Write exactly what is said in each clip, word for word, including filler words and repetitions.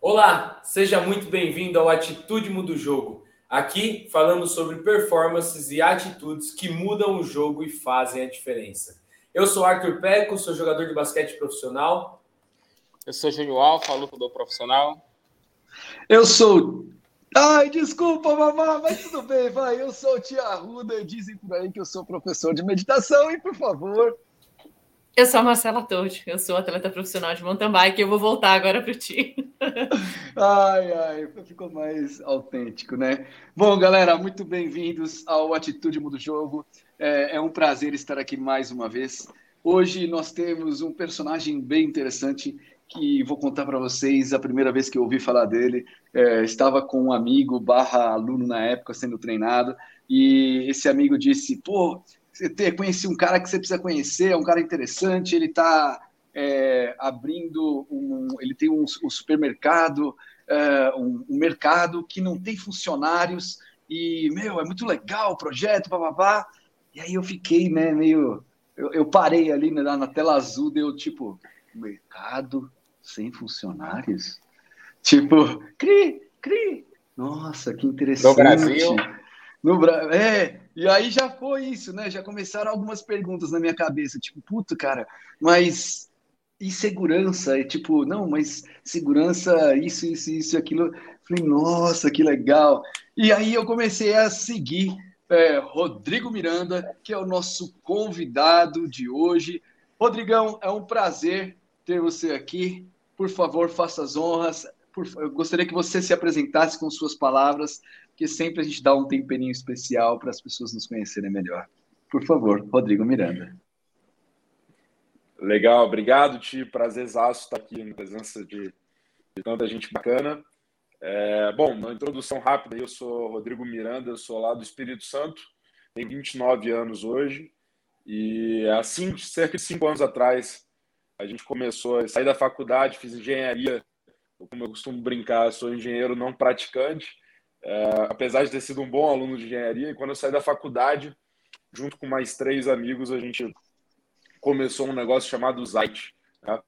Olá, seja muito bem-vindo ao Atitude Muda o Jogo. Aqui falamos sobre performances e atitudes que mudam o jogo e fazem a diferença. Eu sou Arthur Peco, sou jogador de basquete profissional. Eu sou Júnior Alfa, lutador profissional. Eu sou... Ai, desculpa, mamãe, mas tudo bem, vai. Eu sou o Tia Arruda, dizem por aí que eu sou professor de meditação e, por favor... Eu sou a Marcela Tordi, eu sou atleta profissional de mountain bike e eu vou voltar agora para ti. Ai, ai, ficou mais autêntico, né? Bom, galera, muito bem-vindos ao Atitude Muda o Jogo. É, é um prazer estar aqui mais uma vez. Hoje nós temos um personagem bem interessante que vou contar para vocês. A primeira vez que eu ouvi falar dele, é, estava com um amigo barra aluno na época sendo treinado e esse amigo disse, pô, você conheci um cara que você precisa conhecer, é um cara interessante, ele está... É, abrindo um, ele tem um, um supermercado, é, um, um mercado que não tem funcionários e, meu, é muito legal o projeto, bababá. E aí eu fiquei, né, meio, eu, eu parei ali na, na tela azul, deu tipo, mercado sem funcionários? Tipo, cri, cri, nossa, que interessante. No Brasil. No Brasil, é, e aí já foi isso, né, já começaram algumas perguntas na minha cabeça, tipo, puta, cara, mas... E segurança, é tipo, não, mas segurança, isso, isso, isso, aquilo. Falei, nossa, que legal. E aí eu comecei a seguir é, Rodrigo Miranda, que é o nosso convidado de hoje. Rodrigão, é um prazer ter você aqui. Por favor, faça as honras. Por, eu gostaria que você se apresentasse com suas palavras, porque sempre a gente dá um temperinho especial para as pessoas nos conhecerem melhor. Por favor, Rodrigo Miranda. Legal, obrigado, Ti. Prazerzaço estar aqui na presença de, de tanta gente bacana. É, bom, uma introdução rápida, eu sou Rodrigo Miranda, eu sou lá do Espírito Santo, tenho vinte e nove anos hoje e há cinco, cerca de cinco anos atrás a gente começou a sair da faculdade, fiz engenharia, como eu costumo brincar, sou engenheiro não praticante, é, apesar de ter sido um bom aluno de engenharia, e quando eu saí da faculdade, junto com mais três amigos, a gente começou um negócio chamado Zite, né?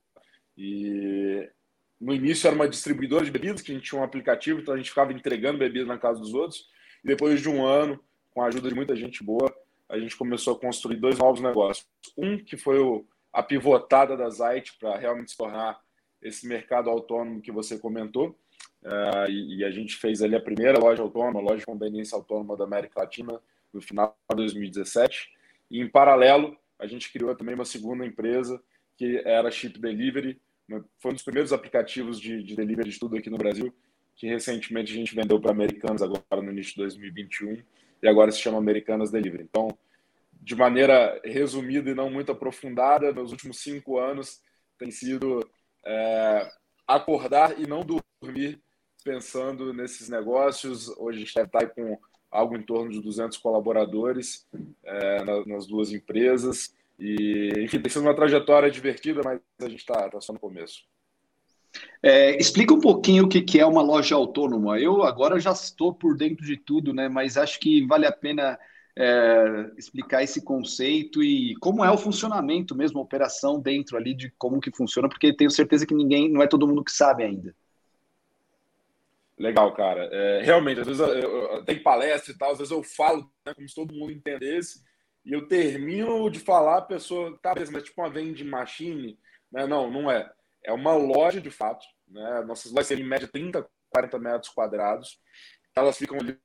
E no início era uma distribuidora de bebidas, que a gente tinha um aplicativo, então a gente ficava entregando bebidas na casa dos outros. E depois de um ano, com a ajuda de muita gente boa, a gente começou a construir dois novos negócios. Um que foi o, a pivotada da Zite para realmente se tornar esse mercado autônomo que você comentou. Uh, e, e a gente fez ali a primeira loja autônoma, loja de conveniência autônoma da América Latina, no final de dois mil e dezessete. E em paralelo, a gente criou também uma segunda empresa, que era Chip Delivery. Foi um dos primeiros aplicativos de, de delivery de tudo aqui no Brasil, que recentemente a gente vendeu para Americanas, agora no início de dois mil e vinte e um, e agora se chama Americanas Delivery. Então, de maneira resumida e não muito aprofundada, nos últimos cinco anos tem sido é, acordar e não dormir pensando nesses negócios. Hoje a gente deve estar com algo em torno de duzentos colaboradores é, nas duas empresas. E, enfim, tem sido uma trajetória divertida, mas a gente está tá só no começo. É, explica um pouquinho o que, que é uma loja autônoma. Eu agora já estou por dentro de tudo, né? Mas acho que vale a pena é, explicar esse conceito e como é o funcionamento mesmo, a operação dentro ali de como que funciona, porque tenho certeza que ninguém, não é todo mundo que sabe ainda. Legal, cara. É, realmente, às vezes eu, eu, tem palestra e tal, às vezes eu falo, né, como se todo mundo entendesse, e eu termino de falar, a pessoa, tá, mas é tipo uma vending machine, né? Não, não é. É uma loja de fato, né? Nossas lojas têm em média trinta, quarenta metros quadrados. Elas ficam ali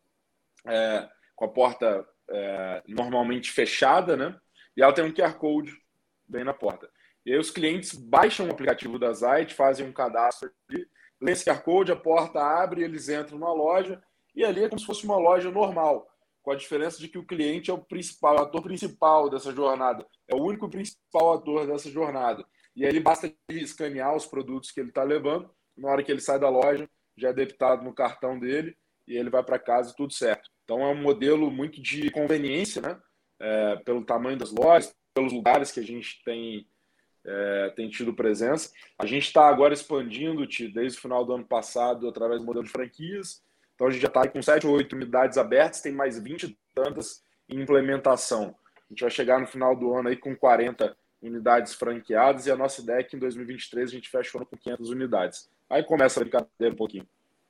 é, com a porta é, normalmente fechada, né? E ela tem um Q R Code bem na porta. E aí os clientes baixam o aplicativo da Zite, fazem um cadastro ali, lê esse Q R Code, a porta abre, eles entram na loja, e ali é como se fosse uma loja normal, com a diferença de que o cliente é o principal, o ator principal dessa jornada, é o único principal ator dessa jornada. E aí ele basta escanear os produtos que ele está levando, na hora que ele sai da loja, já é debitado no cartão dele, e ele vai para casa e tudo certo. Então é um modelo muito de conveniência, né? É, pelo tamanho das lojas, pelos lugares que a gente tem É, tem tido presença. A gente está agora expandindo desde o final do ano passado através do modelo de franquias. Então a gente já está com sete ou oito unidades abertas, tem mais vinte e tantas em implementação. A gente vai chegar no final do ano aí com quarenta unidades franqueadas, e a nossa ideia é que em dois mil e vinte e três a gente fecha o ano com quinhentas unidades. Aí começa a brincadeira um pouquinho.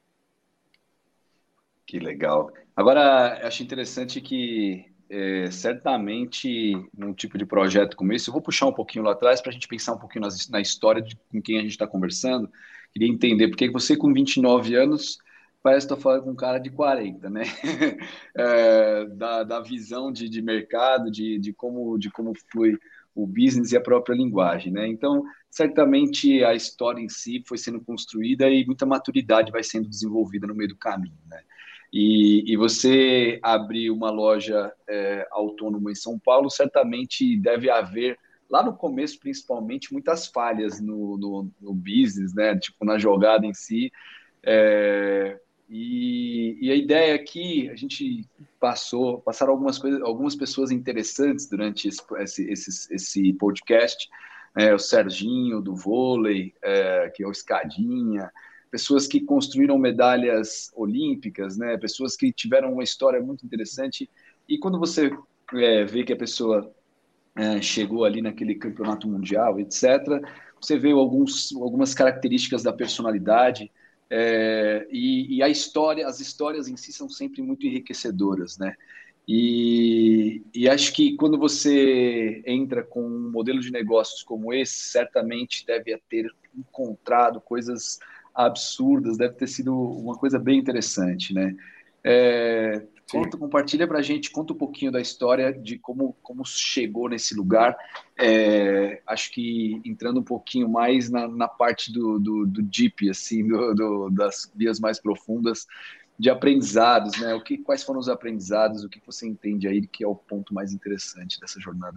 Que legal. Agora, acho interessante que, é, certamente, num tipo de projeto como esse, eu vou puxar um pouquinho lá atrás para a gente pensar um pouquinho nas, na história de com quem a gente está conversando. Queria entender, porque você com vinte e nove anos parece que estou falando com um cara de quarenta, né? É, da, da visão de, de mercado, de, de, como, de como flui o business e a própria linguagem, né? Então, certamente a história em si foi sendo construída e muita maturidade vai sendo desenvolvida no meio do caminho, né? E, e você abrir uma loja é, autônoma em São Paulo, certamente deve haver, lá no começo principalmente, muitas falhas no, no, no business, né? Tipo, na jogada em si. É, e, e a ideia aqui, a gente passou, passaram algumas coisas, algumas pessoas interessantes durante esse, esse, esse, esse podcast, é, o Serginho do vôlei, é, que é o Escadinha, pessoas que construíram medalhas olímpicas, né? Pessoas que tiveram uma história muito interessante. E quando você é, vê que a pessoa é, chegou ali naquele campeonato mundial, etcétera, você vê alguns, algumas características da personalidade, é, e, e a história, as histórias em si são sempre muito enriquecedoras, né? E, e acho que quando você entra com um modelo de negócios como esse, certamente deve ter encontrado coisas absurdas, deve ter sido uma coisa bem interessante, né? É, conta, compartilha para a gente, conta um pouquinho da história de como, como chegou nesse lugar. É, acho que entrando um pouquinho mais na, na parte do, do, do deep, assim, do, do, das vias mais profundas de aprendizados, né? O que, quais foram os aprendizados, o que você entende aí que é o ponto mais interessante dessa jornada?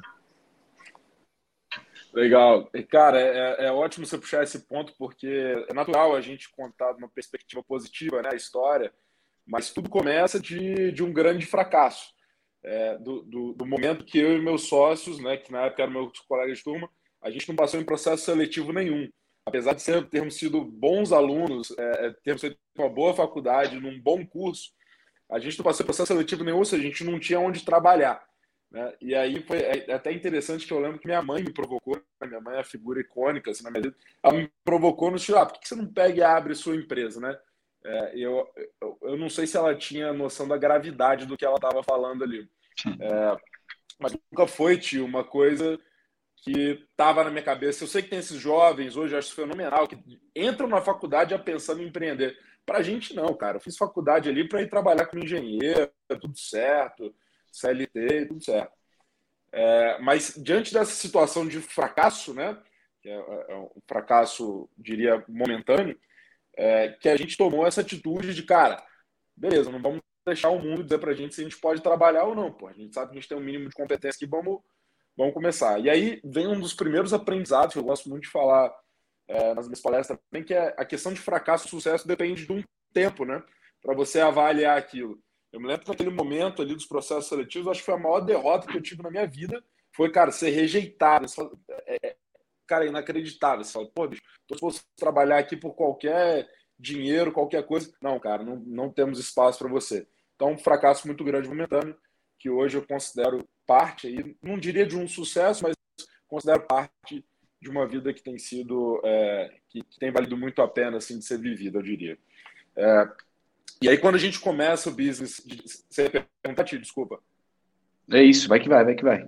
Legal. Cara, é, é ótimo você puxar esse ponto, porque é natural a gente contar de uma perspectiva positiva, né, a história, mas tudo começa de, de um grande fracasso. É, do, do, do momento que eu e meus sócios, né, que na época eram meus colegas de turma, a gente não passou em processo seletivo nenhum. Apesar de ser, termos sido bons alunos, é, termos feito uma boa faculdade, num bom curso, a gente não passou em processo seletivo nenhum, ou seja, a gente não tinha onde trabalhar. Né? E aí foi é até interessante que eu lembro que minha mãe me provocou, minha mãe é a figura icônica assim, na minha vida, ela me provocou no estilo, ah, por que você não pega e abre sua empresa, né? É, eu, eu, eu não sei se ela tinha noção da gravidade do que ela estava falando ali, é, mas nunca foi, tio, uma coisa que estava na minha cabeça. Eu sei que tem esses jovens hoje, eu acho fenomenal, que entram na faculdade já pensando em empreender. Pra gente não, cara, eu fiz faculdade ali para ir trabalhar como engenheiro, tudo certo, C L T, tudo certo. É, mas diante dessa situação de fracasso, né, que é, é um fracasso, diria, momentâneo, é, que a gente tomou essa atitude de, cara, beleza, não vamos deixar o mundo dizer pra gente se a gente pode trabalhar ou não, pô. A gente sabe que a gente tem um mínimo de competência que vamos, vamos começar. E aí vem um dos primeiros aprendizados que eu gosto muito de falar é, nas minhas palestras também, que é a questão de fracasso e sucesso depende de um tempo, né, para você avaliar aquilo. Eu me lembro que naquele momento ali dos processos seletivos, acho que foi a maior derrota que eu tive na minha vida, foi, cara, ser rejeitado. É, é, cara, é inacreditável. Você fala, pô, bicho, tô disposto a trabalhar aqui por qualquer dinheiro, qualquer coisa. Não, cara, não, não temos espaço para você. Então, um fracasso muito grande momentâneo, que hoje eu considero parte, aí, não diria de um sucesso, mas considero parte de uma vida que tem sido, é, que, que tem valido muito a pena, assim, de ser vivida, eu diria. É, E aí, quando a gente começa o business... Você pergunta, Tio, desculpa. É isso, vai que vai, vai que vai.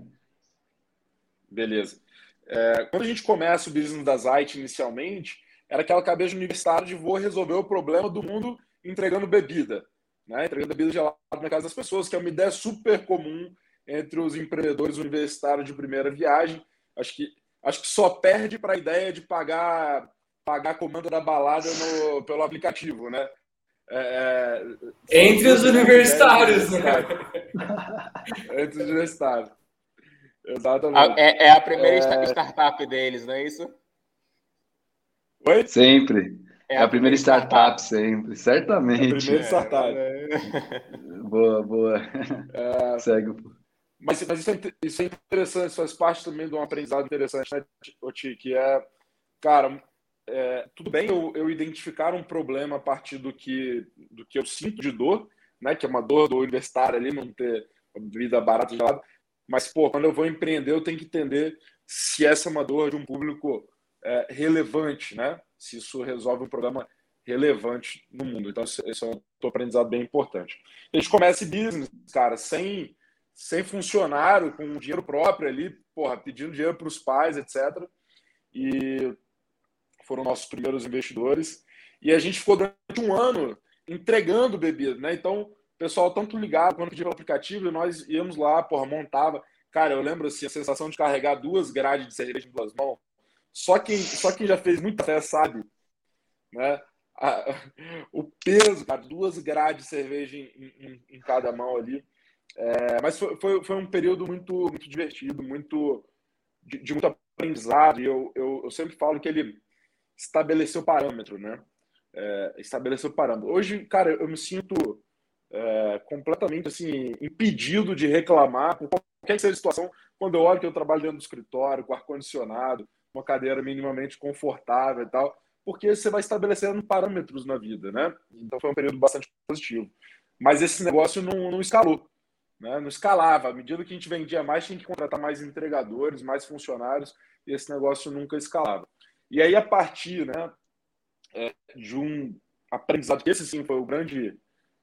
Beleza. É, quando a gente começa o business da Zite inicialmente, era aquela cabeça universitária de vou resolver o problema do mundo entregando bebida. Né? Entregando bebida gelada na casa das pessoas, que é uma ideia super comum entre os empreendedores universitários de primeira viagem. Acho que, acho que só perde para a ideia de pagar, pagar a comanda da balada no, pelo aplicativo, né? É, Entre os universitários, né? Entre os universitários. Exatamente. É, é a primeira é... startup deles, não é isso? Oi? Sempre. É, é a, a primeira, primeira startup, startup, sempre. Certamente. É a primeira startup. É. Boa, boa. É... Segue. Mas, mas isso, é, isso é interessante, isso faz parte também de um aprendizado interessante, né, Oti? Que é, cara, é, tudo bem eu, eu identificar um problema a partir do que, do que eu sinto de dor, né, que é uma dor do universitário ali, não ter vida barata gelada, mas, pô, quando eu vou empreender, eu tenho que entender se essa é uma dor de um público é, relevante, né? Se isso resolve um problema relevante no mundo. Então, esse é um aprendizado bem importante. A gente começa esse business, cara, sem, sem funcionário, com dinheiro próprio ali, porra, pedindo dinheiro para os pais, etcétera. E foram nossos primeiros investidores. E a gente ficou durante um ano entregando bebida, né? Então, o pessoal tanto ligado quando pedia o aplicativo, e nós íamos lá, porra, montava. Cara, eu lembro assim, a sensação de carregar duas grades de cerveja em duas mãos. Só quem, só quem já fez muita fé sabe, né? A, o peso, cara, duas grades de cerveja em, em, em cada mão ali. É, mas foi, foi, foi um período muito, muito divertido, muito de, de muito aprendizado. E eu, eu, eu sempre falo que ele estabeleceu parâmetro, né? É, estabeleceu parâmetro. Hoje, cara, eu me sinto é, completamente assim, impedido de reclamar por qualquer que seja a situação quando eu olho que eu trabalho dentro do escritório, com ar-condicionado, uma cadeira minimamente confortável e tal, porque você vai estabelecendo parâmetros na vida, né? Então foi um período bastante positivo. Mas esse negócio não, não escalou, né? Não escalava. À medida que a gente vendia mais, tinha que contratar mais entregadores, mais funcionários, e esse negócio nunca escalava. E aí, a partir, né, é, de um aprendizado, que esse sim foi o grande,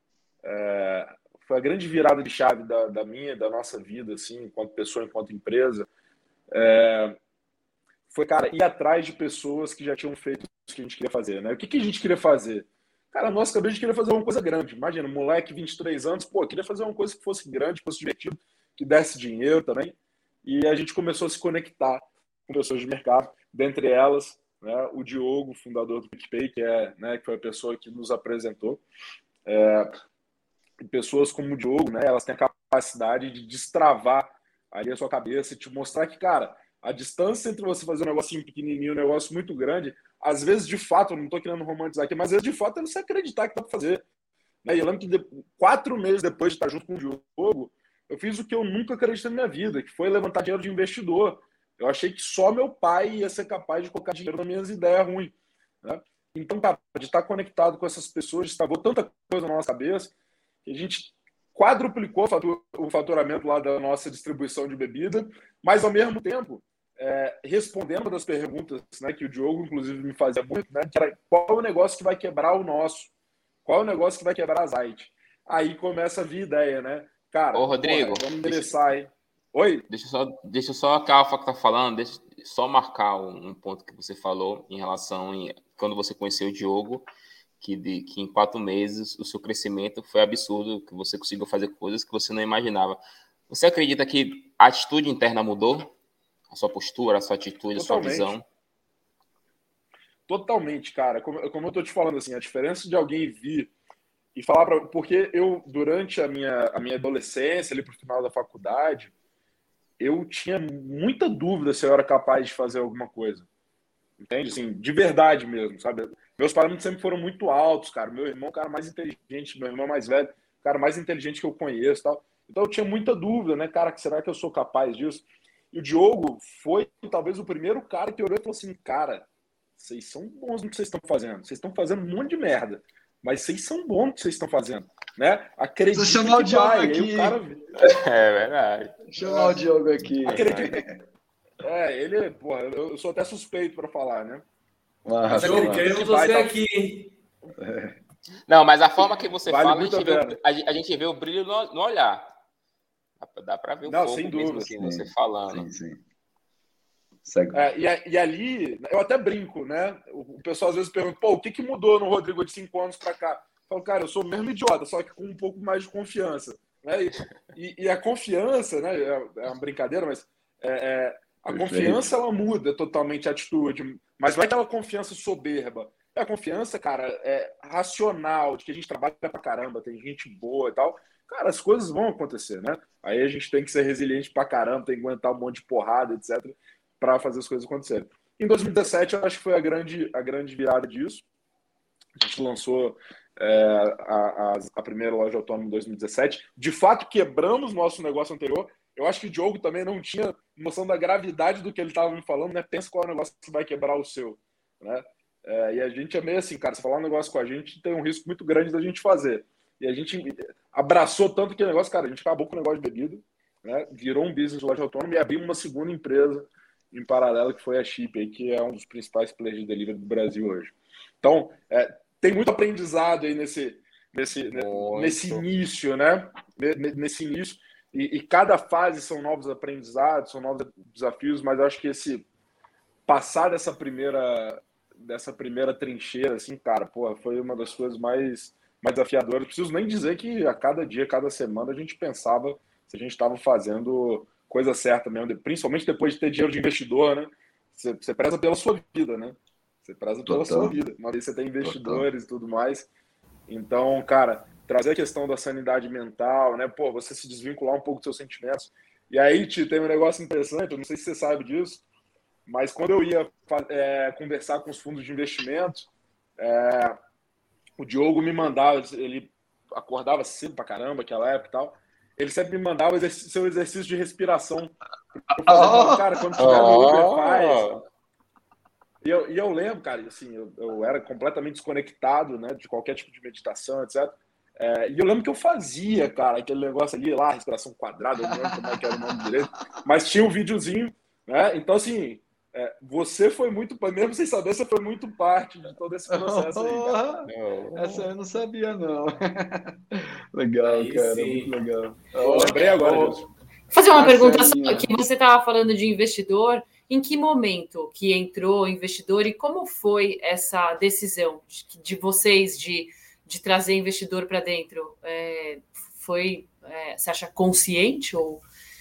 é, foi a grande virada de chave da, da minha, da nossa vida, assim, enquanto pessoa, enquanto empresa, é, foi, cara, ir atrás de pessoas que já tinham feito isso que a gente queria fazer, né? O que, que a gente queria fazer? Cara, nossa cabeça, a gente queria fazer uma coisa grande. Imagina, um moleque, vinte e três anos, pô, queria fazer uma coisa que fosse grande, que fosse divertido, que desse dinheiro também. E a gente começou a se conectar com pessoas de mercado, dentre elas, né, o Diogo, fundador do PicPay, que, é, né, que foi a pessoa que nos apresentou. É, pessoas como o Diogo, né, elas têm a capacidade de destravar ali a sua cabeça e te mostrar que, cara, a distância entre você fazer um negocinho pequenininho e um negócio muito grande, às vezes, de fato, eu não estou querendo romantizar aqui, mas às vezes, de fato, é você acreditar que dá para fazer. E eu lembro que de, quatro meses depois de estar junto com o Diogo, eu fiz o que eu nunca acreditei na minha vida, que foi levantar dinheiro de investidor. Eu achei que só meu pai ia ser capaz de colocar dinheiro nas minhas ideias ruins, né? Então, cara, de estar conectado com essas pessoas, destravou tanta coisa na nossa cabeça, que a gente quadruplicou o faturamento lá da nossa distribuição de bebida, mas, ao mesmo tempo, é, respondendo das perguntas, né, que o Diogo, inclusive, me fazia muito, né, que era qual é o negócio que vai quebrar o nosso? Qual é o negócio que vai quebrar a Zait? Aí começa a vir ideia, né? Cara, Ô, Rodrigo, porra, vamos endereçar aí. Oi? Deixa só, deixa só a Calfa que tá falando, deixa só marcar um, um ponto que você falou em relação a quando você conheceu o Diogo, que, de, que em quatro meses o seu crescimento foi absurdo, que você conseguiu fazer coisas que você não imaginava. Você acredita que a atitude interna mudou? A sua postura, a sua atitude, Totalmente. a sua visão? Totalmente, cara. Como, como eu tô te falando, assim, a diferença de alguém vir e falar para... Porque eu, durante a minha, a minha adolescência, ali pro final da faculdade, eu tinha muita dúvida se eu era capaz de fazer alguma coisa. Entende? Assim, de verdade mesmo, sabe? Meus parâmetros sempre foram muito altos, cara. Meu irmão é o cara mais inteligente, meu irmão mais velho, o cara mais inteligente que eu conheço, tal. Então eu tinha muita dúvida, né, cara? Será que eu sou capaz disso? E o Diogo foi talvez o primeiro cara que olhou e falou assim, cara, vocês são bons no que vocês estão fazendo. Vocês estão fazendo um monte de merda, mas vocês são bons no que vocês estão fazendo, né? Acredita Vou chamar o Diogo vai. aqui. Aí o cara... É verdade. Vou chamar o Diogo aqui. Acredita. É, ele, porra, eu sou até suspeito para falar, né? Ah, Diogo, queremos você aqui, hein? Não, mas a forma que você Vale fala, a muito gente, a vê, pena. a, a gente vê o brilho no, no olhar. Dá, dá para ver o Não, fogo sem mesmo dúvida. assim, Sim, você falando. Sim, sim. Segue. É, e, a- e ali, eu até brinco, né? O, o pessoal às vezes pergunta, pô, o que, que mudou no Rodrigo de cinco anos para cá? Eu falo, cara, eu sou o mesmo idiota, só que com um pouco mais de confiança. Né? E, e, e a confiança, né? É, é uma brincadeira, mas é, é, a Perfeito. confiança ela muda totalmente a atitude. Mas não é aquela confiança soberba. É a confiança, cara, é racional, de que a gente trabalha pra caramba, tem gente boa e tal. Cara, as coisas vão acontecer, né? Aí a gente tem que ser resiliente pra caramba, tem que aguentar um monte de porrada, etcétera, para fazer as coisas acontecerem. Em dois mil e dezessete, eu acho que foi a grande, a grande virada disso. A gente lançou é, a, a, a primeira loja autônoma em dois mil e dezessete. De fato, quebramos nosso negócio anterior. Eu acho que o Diogo também não tinha noção da gravidade do que ele estava me falando, né? Pensa qual é o negócio que vai quebrar o seu, né? É, e a gente é meio assim, cara, se falar um negócio com a gente, tem um risco muito grande da gente fazer. E a gente abraçou tanto aquele negócio, cara, a gente acabou com o negócio de bebida, né? Virou um business de loja autônoma e abrimos uma segunda empresa em paralelo, que foi a Chip, aí, que é um dos principais players de delivery do Brasil hoje. Então, é, tem muito aprendizado aí nesse, nesse, nesse início, né? Nesse início. E, e cada fase são novos aprendizados, são novos desafios, mas eu acho que esse passar dessa primeira, dessa primeira trincheira, assim, cara, porra, foi uma das coisas mais, mais desafiadoras. Não preciso nem dizer que a cada dia, cada semana, a gente pensava se a gente estava fazendo coisa certa mesmo, principalmente depois de ter dinheiro de investidor, né? Você, você preza pela sua vida, né? Você preza pela Total. sua vida. Uma vez você tem investidores Total. e tudo mais. Então, cara, trazer a questão da sanidade mental, né? Pô, você se desvincular um pouco dos seus sentimentos. E aí, Ti, tem um negócio interessante, eu não sei se você sabe disso, mas quando eu ia é, conversar com os fundos de investimento, é, o Diogo me mandava, ele acordava cedo pra caramba, aquela época e tal, ele sempre me mandava o seu exercício de respiração. Eu falava, cara, quando tiver no Uber, faz. E eu, e eu lembro, cara, assim, eu, eu era completamente desconectado, né, de qualquer tipo de meditação, etcétera. É, e eu lembro que eu fazia, cara, aquele negócio ali, lá, respiração quadrada, eu não lembro como é que era o nome direito, mas tinha um videozinho, né? Então, assim, é, você foi muito, mesmo sem saber, você foi muito parte de todo esse processo aí, cara. Essa eu não sabia, não. Legal, aí, cara, sim. Muito legal. Eu lembrei agora disso. Vou fazer uma pergunta só, que você estava falando de investidor. Em que momento que entrou o investidor e como foi essa decisão de, de vocês de, de trazer investidor para dentro? É, foi, é, você acha consciente ou...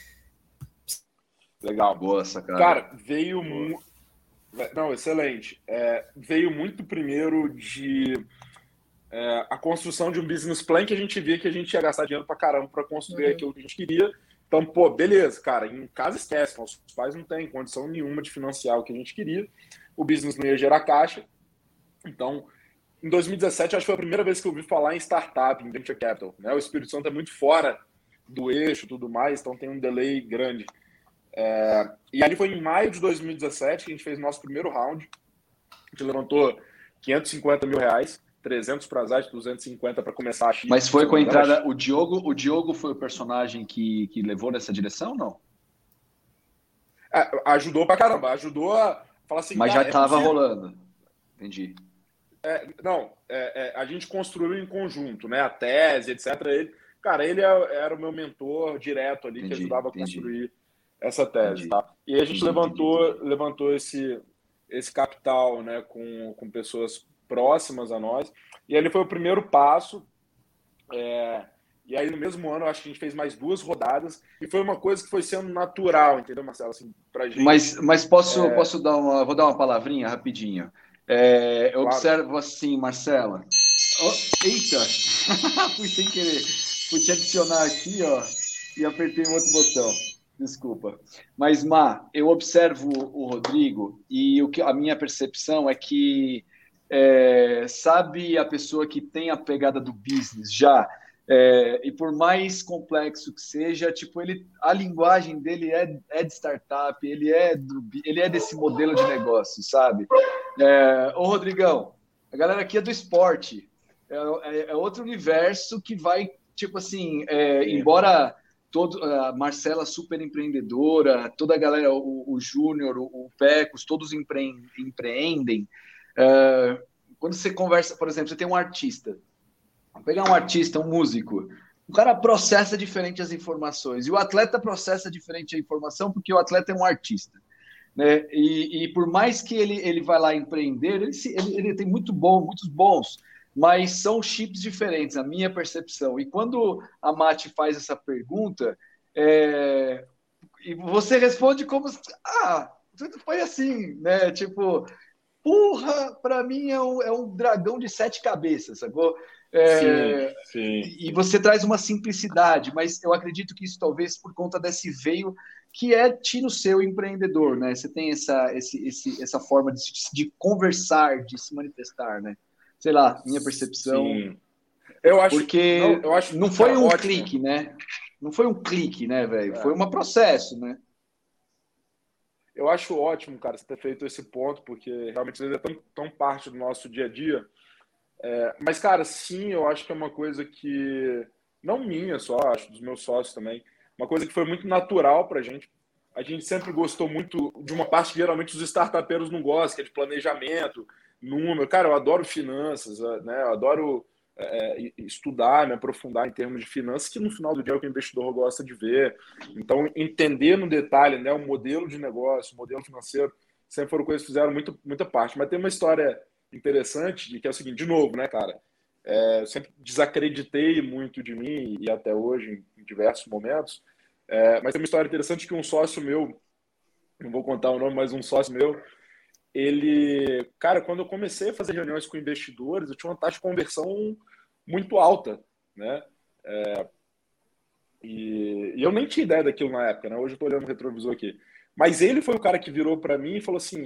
Legal. Boa sacada. Cara, veio muito... Não, excelente. É, veio muito primeiro de é, a construção de um business plan que a gente via que a gente ia gastar dinheiro para caramba para construir uhum. aquilo que a gente queria. Então, pô, beleza, cara, em casa esquece, nossos pais não têm condição nenhuma de financiar o que a gente queria, o business não ia gerar caixa. Então, em dois mil e dezessete, acho que foi a primeira vez que eu ouvi falar em startup, em venture capital, né? O Espírito Santo é muito fora do eixo e tudo mais, então tem um delay grande. É... E ali foi em maio de dois mil e dezessete que a gente fez o nosso primeiro round, a gente levantou quinhentos e cinquenta mil reais, trezentos para Zite, duzentos e cinquenta para começar a Chip. Mas foi com a entrada, o Diogo, o Diogo foi o personagem que, que levou nessa direção ou não? É, ajudou pra caramba, ajudou a falar assim... Mas já estava é rolando, entendi. É, não, é, é, a gente construiu em conjunto, né, a tese, etcétera. Ele, cara, ele era o meu mentor direto ali, entendi, que ajudava entendi. a construir essa tese, entendi. tá? E aí a gente entendi, levantou, entendi. levantou esse, esse capital, né, com, com pessoas próximas a nós, e ali foi o primeiro passo, é, e aí no mesmo ano, eu acho que a gente fez mais duas rodadas, e foi uma coisa que foi sendo natural, entendeu, Marcelo? Assim, pra gente, mas mas posso, é... posso dar uma, vou dar uma palavrinha rapidinho. É, eu claro. observo assim, Marcela, oh, eita, fui sem querer, fui te adicionar aqui, ó, e apertei um outro botão. Desculpa. Mas, Má, eu observo o Rodrigo e o que, a minha percepção é que É, sabe a pessoa que tem a pegada do business já, é, e por mais complexo que seja, tipo, ele, a linguagem dele é, é de startup, ele é, do, ele é desse modelo de negócio, sabe? É, ô, Rodrigão, a galera aqui é do esporte, é, é, é outro universo que vai, tipo assim, é, embora todo, a Marcela super empreendedora, toda a galera, o, o Júnior, o, o Pecos, todos empre, empreendem. Uh, quando você conversa, por exemplo, você tem um artista, vou pegar um artista, um músico, o cara processa diferente as informações, e o atleta processa diferente a informação, porque o atleta é um artista, né? E, e por mais que ele, ele vai lá empreender, ele, ele, ele tem muito bom, muitos bons, mas são chips diferentes, a minha percepção. E quando a Mati faz essa pergunta, é, e você responde como, ah, tudo foi assim, né? Tipo... Porra, para mim é um, é um dragão de sete cabeças, sacou? É, sim, sim. E você traz uma simplicidade, mas eu acredito que isso talvez por conta desse veio que é ti no seu empreendedor, né? Você tem essa, esse, esse, essa forma de, de conversar, de se manifestar, né? Sei lá, minha percepção. Sim. Eu acho, porque não, eu acho não foi um ótimo. clique, né? Não foi um clique, né, velho? É. Foi um processo, né? Eu acho ótimo, cara, você ter feito esse ponto, porque realmente é tão, tão parte do nosso dia a dia. É, mas, cara, sim, eu acho que é uma coisa que, não minha só, acho dos meus sócios também, uma coisa que foi muito natural pra gente. a gente sempre gostou muito de uma parte que geralmente os startupeiros não gostam, que é de planejamento, número. Cara, eu adoro finanças, né? Eu adoro é, estudar, me aprofundar em termos de finanças, que no final do dia é o que o investidor gosta de ver. Então, entender no detalhe, né, o modelo de negócio, o modelo financeiro, sempre foram coisas que fizeram muito, muita parte. Mas tem uma história interessante, de que é o seguinte, de novo, né, cara? É, eu sempre desacreditei muito de mim, e até hoje, em diversos momentos. É, mas tem uma história interessante que um sócio meu, não vou contar o nome, mas um sócio meu, ele, cara, quando eu comecei a fazer reuniões com investidores, eu tinha uma taxa de conversão muito alta, né? É, e, e eu nem tinha ideia daquilo na época, né? Hoje eu tô olhando o retrovisor aqui. Mas ele foi o cara que virou para mim e falou assim,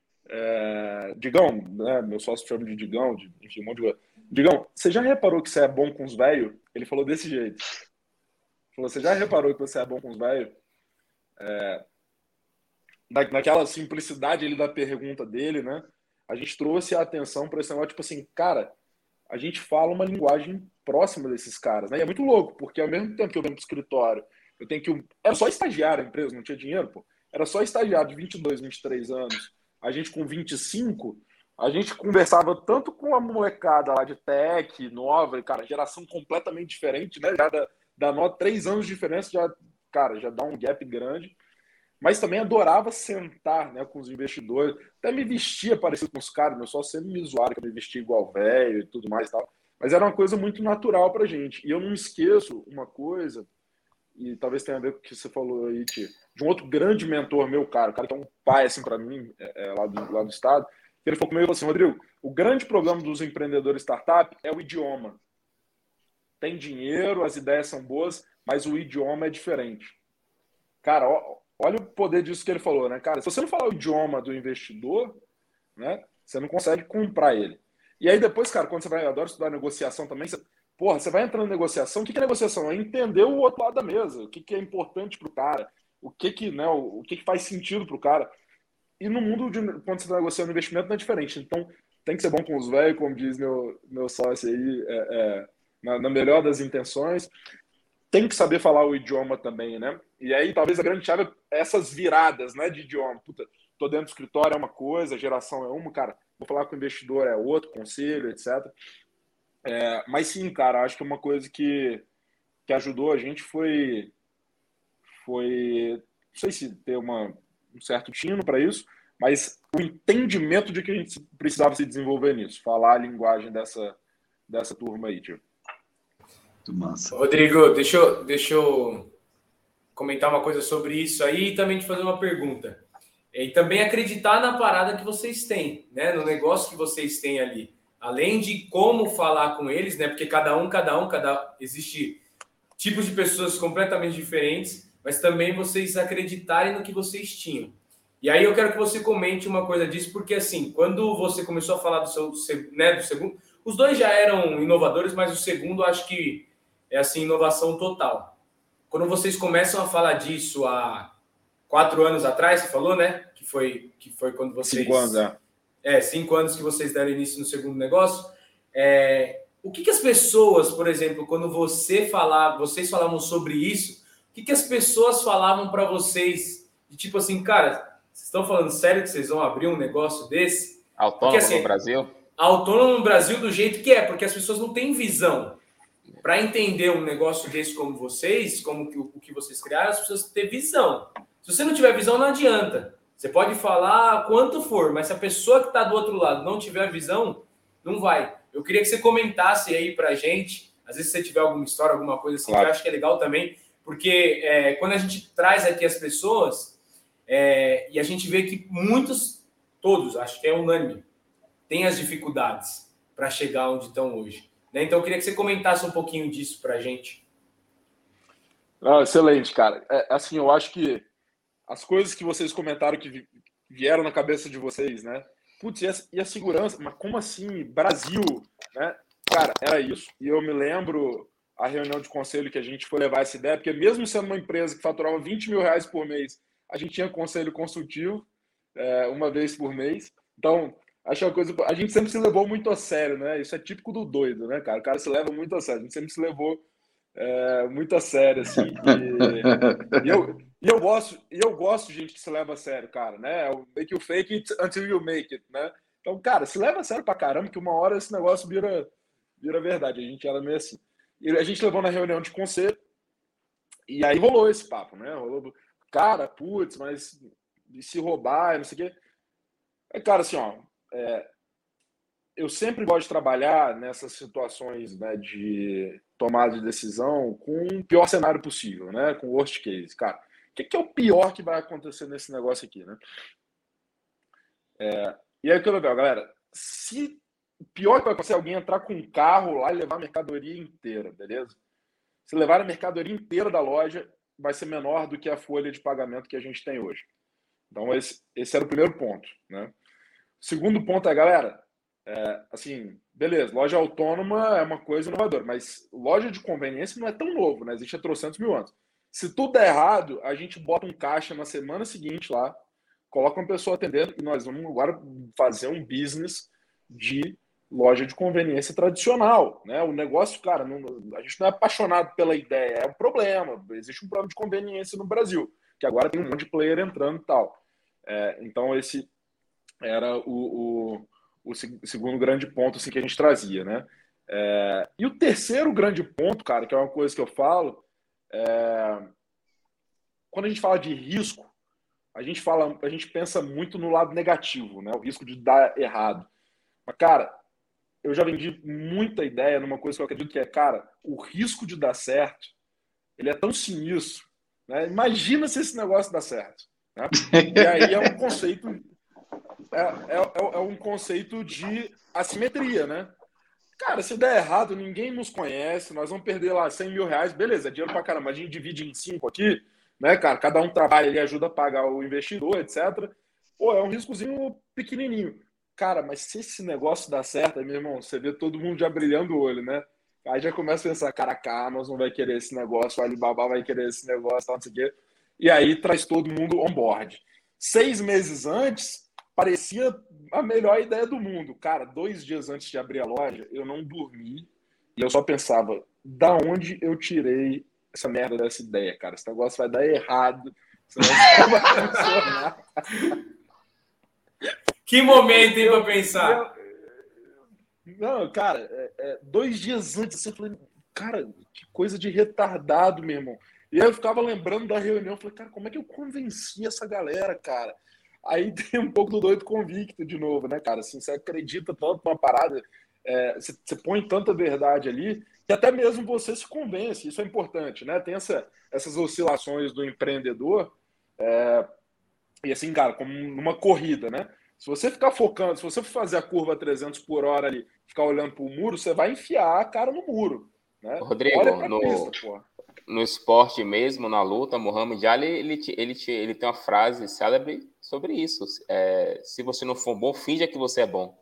é, Digão, né? Meu sócio chama de Digão, de, enfim, um monte de coisa. Digão, você já reparou que você é bom com os velhos? Ele falou desse jeito. Falou, você já reparou que você é bom com os velhos? É, naquela simplicidade ele da pergunta dele, né? A gente trouxe a atenção para esse negócio, tipo assim, cara, a gente fala uma linguagem próxima desses caras, né? E é muito louco, porque ao mesmo tempo que eu venho pro escritório, eu tenho que... Era só estagiário a empresa, não tinha dinheiro, pô. Era só estagiário de vinte e dois, vinte e três anos. A gente com vinte e cinco, a gente conversava tanto com a molecada lá de tech, nova, cara, geração completamente diferente, né? Já da, da nota, três anos de diferença, já, cara, já dá um gap grande. Mas também adorava sentar, né, com os investidores. Até me vestia parecido com os caras, meu só sempre me zoaram que eu me vestia igual velho e tudo mais e tal. Mas era uma coisa muito natural pra gente. E eu não esqueço uma coisa, e talvez tenha a ver com o que você falou aí, Tia, de um outro grande mentor meu, cara, o cara que é um pai, assim, pra mim, é, é, lá, do, lá do estado, que ele falou comigo assim, Rodrigo, o grande problema dos empreendedores startup é o idioma. Tem dinheiro, as ideias são boas, mas o idioma é diferente. Cara, ó, olha o poder disso que ele falou, né, cara? Se você não falar o idioma do investidor, né, você não consegue comprar ele. E aí depois, cara, quando você vai, eu adoro estudar negociação também, você, porra, você vai entrando em negociação, o que é negociação? É entender o outro lado da mesa, o que é importante pro cara, o que que, né, o que que faz sentido pro cara. E no mundo, de, quando você está negociando investimento, não é diferente. Então, tem que ser bom com os velhos, como diz meu, meu sócio aí, é, é, na, na melhor das intenções. Tem que saber falar o idioma também, né? E aí, talvez a grande chave é essas viradas, né, de idioma. Puta, tô dentro do escritório é uma coisa, geração é uma, cara, vou falar com o investidor é outro, conselho, etcétera. É, mas sim, cara, acho que uma coisa que, que ajudou a gente foi, foi, não sei se ter uma, um certo tino para isso, mas o entendimento de que a gente precisava se desenvolver nisso, falar a linguagem dessa, dessa turma aí, tio. Muito massa. Rodrigo, deixa eu, deixa eu comentar uma coisa sobre isso aí e também te fazer uma pergunta. E também acreditar na parada que vocês têm, né? No negócio que vocês têm ali. Além de como falar com eles, né? Porque cada um, cada um, cada existe tipos de pessoas completamente diferentes, mas também vocês acreditarem no que vocês tinham. E aí eu quero que você comente uma coisa disso, porque assim, quando você começou a falar do seu, né, do segundo, os dois já eram inovadores, mas o segundo acho que é assim, inovação total. Quando vocês começam a falar disso há quatro anos atrás, você falou, né? Que foi, que foi quando vocês... Cinco anos, é. É, cinco anos que vocês deram início no segundo negócio. É, o que, que as pessoas, por exemplo, quando você falava, vocês falavam sobre isso, o que, que as pessoas falavam para vocês? De tipo assim, cara, vocês estão falando sério que vocês vão abrir um negócio desse? Autônomo porque, assim, no Brasil? Autônomo no Brasil do jeito que é, porque as pessoas não têm visão. Para entender um negócio desse como vocês, como que, o que vocês criaram, as pessoas têm visão. Se você não tiver visão, não adianta. Você pode falar quanto for, mas se a pessoa que está do outro lado não tiver visão, não vai. Eu queria que você comentasse aí para a gente, às vezes se você tiver alguma história, alguma coisa assim, claro, que eu acho que é legal também, porque é, quando a gente traz aqui as pessoas, é, e a gente vê que muitos, todos, acho que é unânime, têm as dificuldades para chegar onde estão hoje. Né? Então, eu queria que você comentasse um pouquinho disso para a gente. Ah, excelente, cara. É, assim, eu acho que as coisas que vocês comentaram que vieram na cabeça de vocês, né? Putz, e a, e a segurança? Mas como assim? Brasil, né? Cara, era isso. E eu me lembro a reunião de conselho que a gente foi levar essa ideia, porque mesmo sendo uma empresa que faturava vinte mil reais por mês, a gente tinha conselho consultivo é, uma vez por mês. Então, acho uma coisa... A gente sempre se levou muito a sério, né? Isso é típico do doido, né, cara? O cara se leva muito a sério. A gente sempre se levou é, muito a sério, assim. E, e, eu, E eu gosto, e eu gosto de gente que se leva a sério, cara, né? O make you fake it until you make it, né? Então, cara, se leva a sério pra caramba, que uma hora esse negócio vira, vira verdade. A gente era meio assim. E a gente levou na reunião de conselho, e aí rolou esse papo, né? Rolou, cara, putz, mas e se roubar, não sei o quê. É, cara, assim, ó, é, eu sempre gosto de trabalhar nessas situações, né, de tomada de decisão com o pior cenário possível, né? Com o worst case, cara. O que, que é o pior que vai acontecer nesse negócio aqui, né? É, e aí o que é legal, galera? Se o pior que vai acontecer é alguém entrar com um carro lá e levar a mercadoria inteira, beleza? Se levar a mercadoria inteira da loja, vai ser menor do que a folha de pagamento que a gente tem hoje. Então, esse, esse era o primeiro ponto, né? O segundo ponto é, galera, é, assim, beleza, loja autônoma é uma coisa inovadora, mas loja de conveniência não é tão novo, né? Existe há trocentos mil anos. Se tudo der errado, a gente bota um caixa na semana seguinte lá, coloca uma pessoa atendendo e nós vamos agora fazer um business de loja de conveniência tradicional, né? O negócio, cara, não, a gente não é apaixonado pela ideia, é um problema. Existe um problema de conveniência no Brasil, que agora tem um monte de player entrando e tal. É, então, esse era o, o, o segundo grande ponto assim, que a gente trazia, né? É, e o terceiro grande ponto, cara, que é uma coisa que eu falo, é, quando a gente fala de risco, a gente fala, a gente pensa muito no lado negativo, né? O risco de dar errado. Mas, cara, eu já vendi muita ideia numa coisa que eu acredito que é, cara, o risco de dar certo, ele é tão sinistro, né? Imagina se esse negócio dá certo, né? E aí é um conceito, é, é, é um conceito de assimetria, né? Cara, se der errado, ninguém nos conhece, nós vamos perder lá cem mil reais, beleza, é dinheiro pra caramba, a gente divide em cinco aqui, né, cara? Cada um trabalha e ajuda a pagar o investidor, etcétera. Pô, é um riscozinho pequenininho. Cara, mas se esse negócio dá certo, aí, meu irmão, você vê todo mundo já brilhando o olho, né? Aí já começa a pensar, cara, a Amazon vai querer esse negócio, o Alibaba vai querer esse negócio, tal, não sei o quê. E aí traz todo mundo on board. Seis meses antes, parecia a melhor ideia do mundo. Cara, dois dias antes de abrir a loja, eu não dormi e eu só pensava, da onde eu tirei essa merda dessa ideia, cara? Esse negócio vai dar errado, esse negócio vai funcionar. Que momento, hein, pra pensar? Eu, não, cara, é, é, dois dias antes eu falei, cara, que coisa de retardado, meu irmão. E aí eu ficava lembrando da reunião, falei, cara, como é que eu convenci essa galera, cara? Aí tem um pouco do doido convicto de novo, né, cara? Assim, você acredita tanto numa parada, é, você, você põe tanta verdade ali, que até mesmo você se convence, isso é importante, né? Tem essa, essas oscilações do empreendedor, é, e assim, cara, como numa corrida, né? Se você ficar focando, se você for fazer a curva a trezentos por hora ali, ficar olhando para o muro, você vai enfiar a cara no muro, né? Rodrigo, olha pra no, pista, porra. No esporte mesmo, na luta, Muhammad Ali, ele, ele, ele, ele tem uma frase célebre sobre isso. É, se você não for bom, finja que você é bom.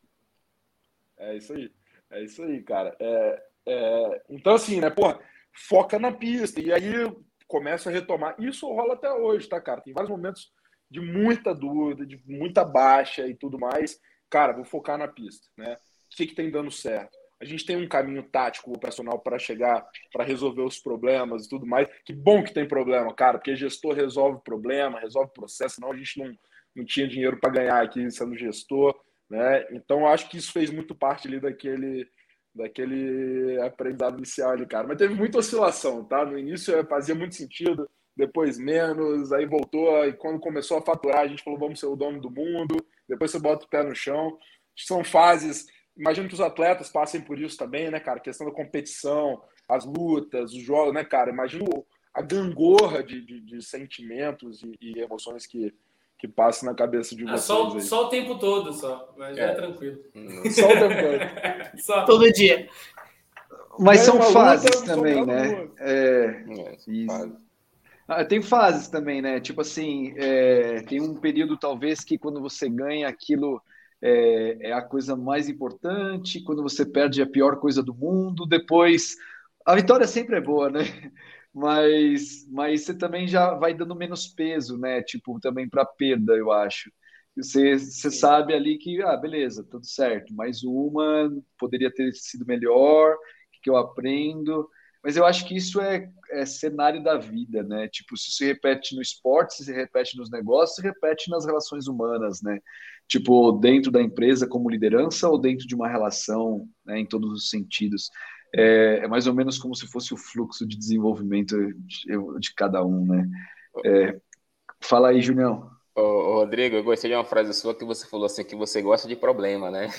É isso aí. É isso aí, cara. É, é, então, assim, né, porra, foca na pista. E aí começa a retomar. Isso rola até hoje, tá, cara? Tem vários momentos de muita dúvida, de muita baixa e tudo mais. Cara, vou focar na pista, né? O que, que tem dando certo? A gente tem um caminho tático operacional para chegar, para resolver os problemas e tudo mais. Que bom que tem problema, cara, porque gestor resolve problema, resolve processo, senão a gente não, não tinha dinheiro para ganhar aqui sendo gestor, né? Então, eu acho que isso fez muito parte ali daquele, daquele aprendizado inicial ali, cara. Mas teve muita oscilação, tá? No início fazia muito sentido, depois menos, aí voltou, e quando começou a faturar, a gente falou, vamos ser o dono do mundo, depois você bota o pé no chão. São fases... Imagino que os atletas passem por isso também, né, cara? A questão da competição, as lutas, os jogos, né, cara? Imagino a gangorra de, de, de sentimentos e, e emoções que, que passam na cabeça de ah, vocês. Só, aí. só o tempo todo, só. Mas é, é tranquilo. Só o tempo todo. Só. Todo dia. Mas são luta, fases também, né? É, é fase. Ah, tem fases também, né? Tipo assim, é, tem um período talvez que quando você ganha aquilo... É, é a coisa mais importante, quando você perde é a pior coisa do mundo, depois a vitória sempre é boa, né? Mas, mas você também já vai dando menos peso, né? Tipo, também para perda, eu acho. Você, você sabe ali que, ah, beleza, tudo certo, mais uma, poderia ter sido melhor, o que, que eu aprendo? Mas eu acho que isso é, é cenário da vida, né? Tipo, se se repete no esporte, se se repete nos negócios, se repete nas relações humanas, né? Tipo, dentro da empresa como liderança ou dentro de uma relação, né, em todos os sentidos. É, é mais ou menos como se fosse o fluxo de desenvolvimento de, de cada um, né? É, fala aí, Julião. Ô, ô, Rodrigo, eu gostei de uma frase sua que você falou assim, que você gosta de problema, né?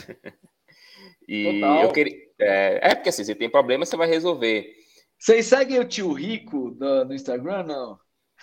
E eu Total. queria... É, é porque assim, você tem problema, você vai resolver. Vocês seguem o Tio Rico no, no Instagram, não?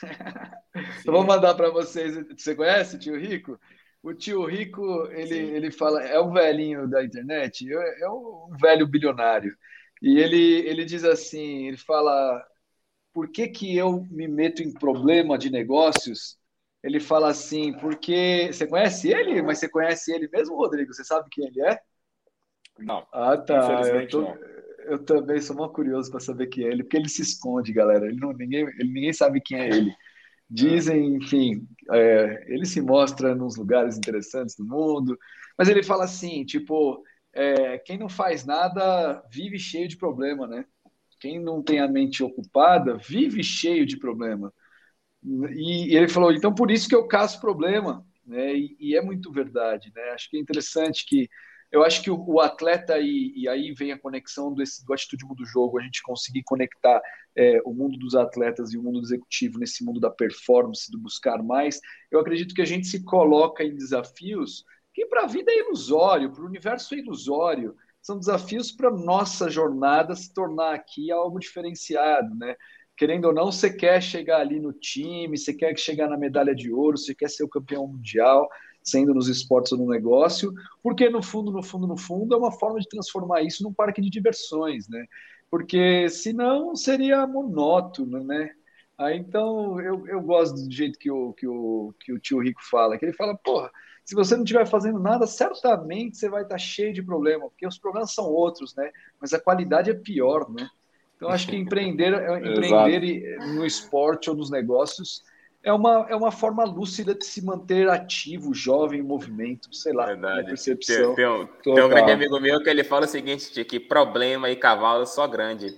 Eu vou mandar para vocês. Você conhece o Tio Rico? O Tio Rico, ele, ele fala, é um velhinho da internet, é é um velho bilionário. E ele, ele diz assim, ele fala, por que que eu me meto em problema de negócios? Ele fala assim, porque... Você conhece ele? Mas você conhece ele mesmo, Rodrigo? Você sabe quem ele é? Não, Ah, tá. Eu infelizmente tô, não. eu também sou muito curioso para saber quem é ele, porque ele se esconde, galera. Ele não, ninguém, ele, ninguém sabe quem é ele. É. Dizem, enfim, é, ele se mostra nos lugares interessantes do mundo, mas ele fala assim, tipo, é, quem não faz nada vive cheio de problema, né? Quem não tem a mente ocupada vive cheio de problema. E, e ele falou, então por isso que eu caço problema, né? E, e é muito verdade, né? Acho que é interessante que eu acho que o, o atleta e, e aí vem a conexão desse, do atitude mundo do jogo, a gente conseguir conectar é, o mundo dos atletas e o mundo do executivo nesse mundo da performance, do buscar mais. Eu acredito que a gente se coloca em desafios que para a vida é ilusório, para o universo é ilusório. São desafios para nossa jornada se tornar aqui algo diferenciado, né? Querendo ou não, você quer chegar ali no time, você quer chegar na medalha de ouro, você quer ser o campeão mundial, sendo nos esportes ou no negócio, porque no fundo, no fundo, no fundo, é uma forma de transformar isso num parque de diversões, né? Porque senão seria monótono, né? Aí, então, eu, eu gosto do jeito que o, que, o, que o tio Rico fala, que ele fala, porra, se você não estiver fazendo nada, certamente você vai estar cheio de problema, porque os problemas são outros, né? Mas a qualidade é pior, né? Então, acho que empreender, Exato. empreender no esporte ou nos negócios é uma, é uma forma lúcida de se manter ativo, jovem, em movimento, sei lá, minha Verdade. Tem, percepção tem, um, tem um grande total. amigo meu que ele fala o seguinte, de que problema e cavalo só grande.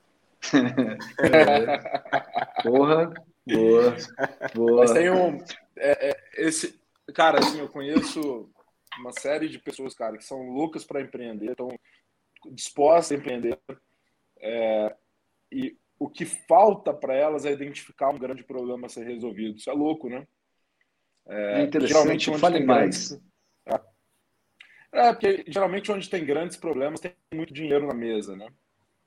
É, porra, boa, Mas boa. tem um. É, é, esse, cara, assim, eu conheço uma série de pessoas, cara, que são loucas para empreender, estão dispostas a empreender. É, e o que falta para elas é identificar um grande problema a ser resolvido. Isso é louco, né? É É, porque geralmente interessante, onde fale tem mais. grandes. É, porque geralmente onde tem grandes problemas tem muito dinheiro na mesa, né?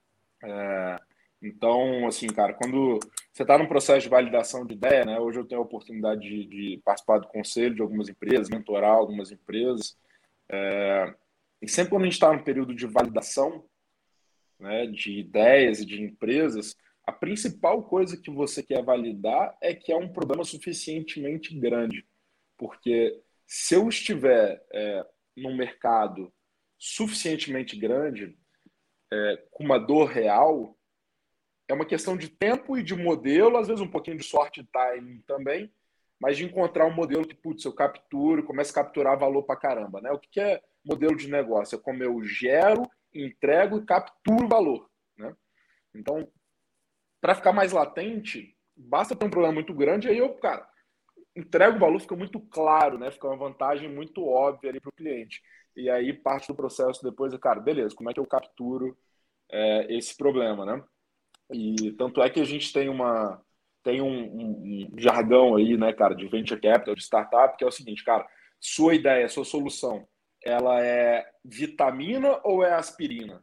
É, então, assim, cara, quando você está num processo de validação de ideia, né? Hoje eu tenho a oportunidade de, de participar do conselho de algumas empresas, mentorar algumas empresas. É, e sempre quando a gente está num período de validação, né, de ideias e de empresas, a principal coisa que você quer validar é que é um problema suficientemente grande. Porque se eu estiver é, num mercado suficientemente grande, é, com uma dor real, é uma questão de tempo e de modelo, às vezes um pouquinho de sorte e timing também, mas de encontrar um modelo que, putz, eu capturo, começo a capturar valor pra caramba, né? O que é modelo de negócio? É como eu gero, entrego e capturo valor, né? Então, para ficar mais latente, basta ter um problema muito grande, aí eu, cara, entrego o valor, fica muito claro, né? Fica uma vantagem muito óbvia ali para o cliente. E aí parte do processo depois é, cara, beleza, como é que eu capturo é, esse problema, né? E tanto é que a gente tem uma tem um, um, um jargão aí, né, cara, de venture capital, de startup, que é o seguinte, cara, sua ideia, sua solução, ela é vitamina ou é aspirina?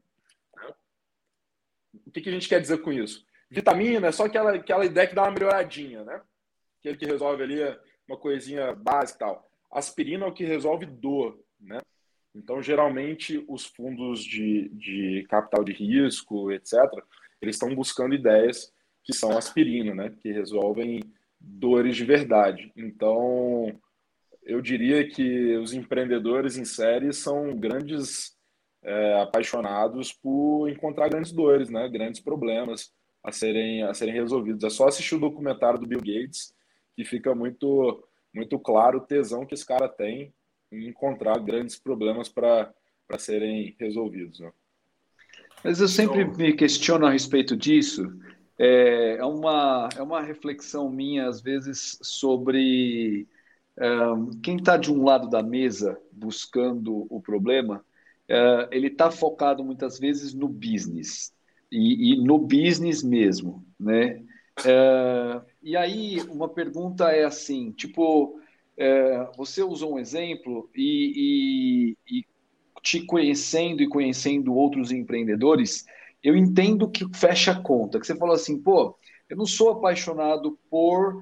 O que, que a gente quer dizer com isso? Vitamina é só aquela, aquela ideia que dá uma melhoradinha, né? Aquele que resolve ali uma coisinha básica e tal. Aspirina é o que resolve dor, né? Então, geralmente, os fundos de, de capital de risco, etcétera, eles estão buscando ideias que são aspirina, né? Que resolvem dores de verdade. Então, eu diria que os empreendedores em série são grandes é, apaixonados por encontrar grandes dores, né? Grandes problemas a serem, a serem resolvidos. É só assistir o documentário do Bill Gates que fica muito, muito claro o tesão que esse cara tem em encontrar grandes problemas para serem resolvidos, né? Mas eu sempre me questiono a respeito disso. É, é uma, é uma reflexão minha, às vezes, sobre um, quem está de um lado da mesa buscando o problema, uh, ele está focado muitas vezes no business, e, e no business mesmo, né? Uh, e aí, uma pergunta é assim, tipo, uh, você usou um exemplo e, e, e te conhecendo e conhecendo outros empreendedores, eu entendo que fecha a conta, que você falou assim, pô, eu não sou apaixonado por,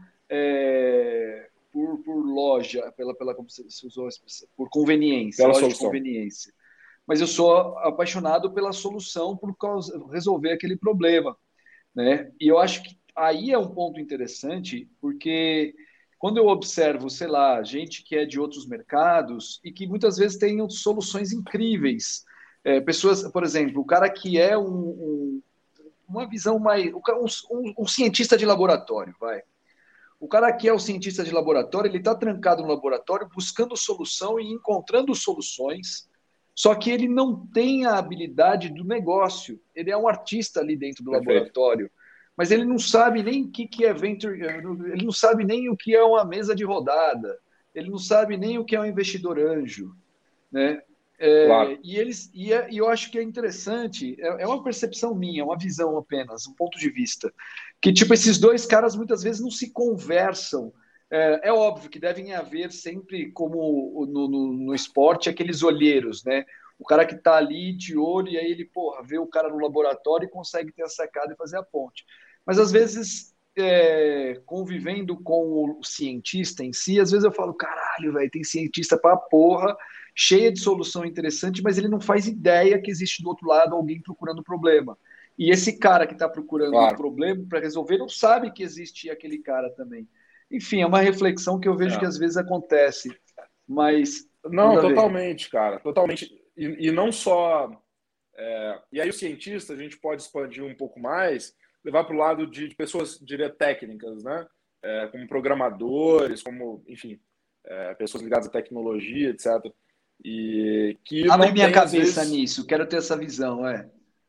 é, por, por loja, pela, pela, como você usou, por conveniência, Pela loja de solução. conveniência, mas eu sou apaixonado pela solução, por causa, resolver aquele problema, né? E eu acho que aí é um ponto interessante, porque quando eu observo, sei lá, gente que é de outros mercados e que muitas vezes tem soluções incríveis, é, pessoas, por exemplo, o cara que é um, um, uma visão mais, um, um, um cientista de laboratório, vai. O cara que é o cientista de laboratório, ele está trancado no laboratório buscando solução e encontrando soluções, só que ele não tem a habilidade do negócio. Ele é um artista ali dentro do Perfeito. laboratório, mas ele não sabe nem o que, que é venture, ele não sabe nem o que é uma mesa de rodada, ele não sabe nem o que é um investidor anjo, né? É, Claro. E eles e, é, e eu acho que é interessante, é, é uma percepção minha, uma visão apenas, um ponto de vista, que tipo esses dois caras muitas vezes não se conversam. É, é óbvio que devem haver sempre, como no, no, no esporte, aqueles olheiros, né? O cara que está ali de olho e aí ele, porra, vê o cara no laboratório e consegue ter a sacada e fazer a ponte. Mas às vezes, é, convivendo com o cientista em si, às vezes eu falo, caralho, velho, tem cientista pra porra, cheia de solução interessante, mas ele não faz ideia que existe do outro lado alguém procurando problema. E esse cara que está procurando Claro. um problema para resolver não sabe que existe aquele cara também. Enfim, é uma reflexão que eu vejo É. que às vezes acontece, mas... Não, manda ver. totalmente, cara, totalmente. E, e não só... é, e aí o cientista, a gente pode expandir um pouco mais, levar para o lado de, de pessoas, diria, técnicas, né? É, como programadores, como, enfim, é, pessoas ligadas à tecnologia, etcétera. E que Abre não minha tem, às cabeça vezes... nisso, quero ter essa visão, é.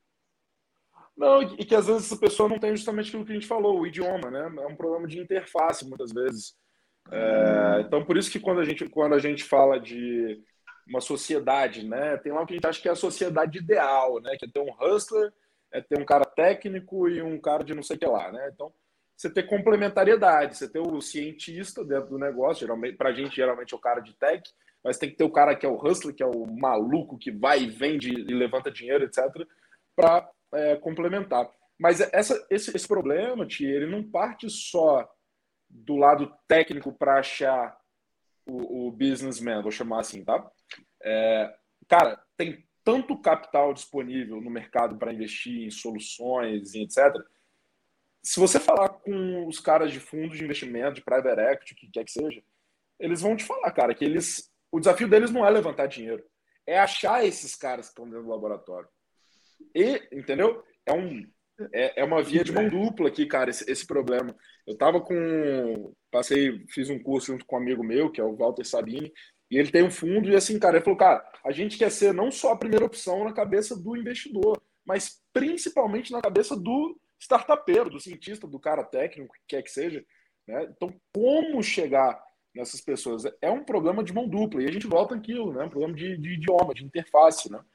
Não, e que às vezes essa pessoa não tem justamente aquilo que a gente falou, o idioma, né? É um problema de interface, muitas vezes. É, então, por isso que quando a gente, quando a gente fala de uma sociedade, né? Tem lá o que a gente acha que é a sociedade ideal, né? Que é ter um hustler, é ter um cara técnico e um cara de não sei o que lá, né? Então, você ter complementariedade, você ter o cientista dentro do negócio, geralmente, pra gente, geralmente é o cara de tech, mas tem que ter o cara que é o hustler, que é o maluco que vai e vende e levanta dinheiro, etcétera, para é, complementar. Mas essa, esse, esse problema, Tia, ele não parte só do lado técnico para achar o, o businessman, vou chamar assim, tá? É, cara, tem tanto capital disponível no mercado para investir em soluções e etcétera. Se você falar com os caras de fundos de investimento, de private equity, o que quer que seja, eles vão te falar, cara, que eles, o desafio deles não é levantar dinheiro, é achar esses caras que estão dentro do laboratório. E, entendeu? É, um, é, é uma via de mão dupla aqui, cara, esse, esse problema. Eu tava com... Passei, fiz um curso junto com um amigo meu, que é o Walter Sabini, e ele tem um fundo, e assim, cara, ele falou, cara, a gente quer ser não só a primeira opção na cabeça do investidor, mas principalmente na cabeça do startupeiro, do cientista, do cara técnico, que quer que seja, né? Então, como chegar nessas pessoas? É um problema de mão dupla, e a gente volta naquilo, né? Um problema de, de idioma, de interface, né?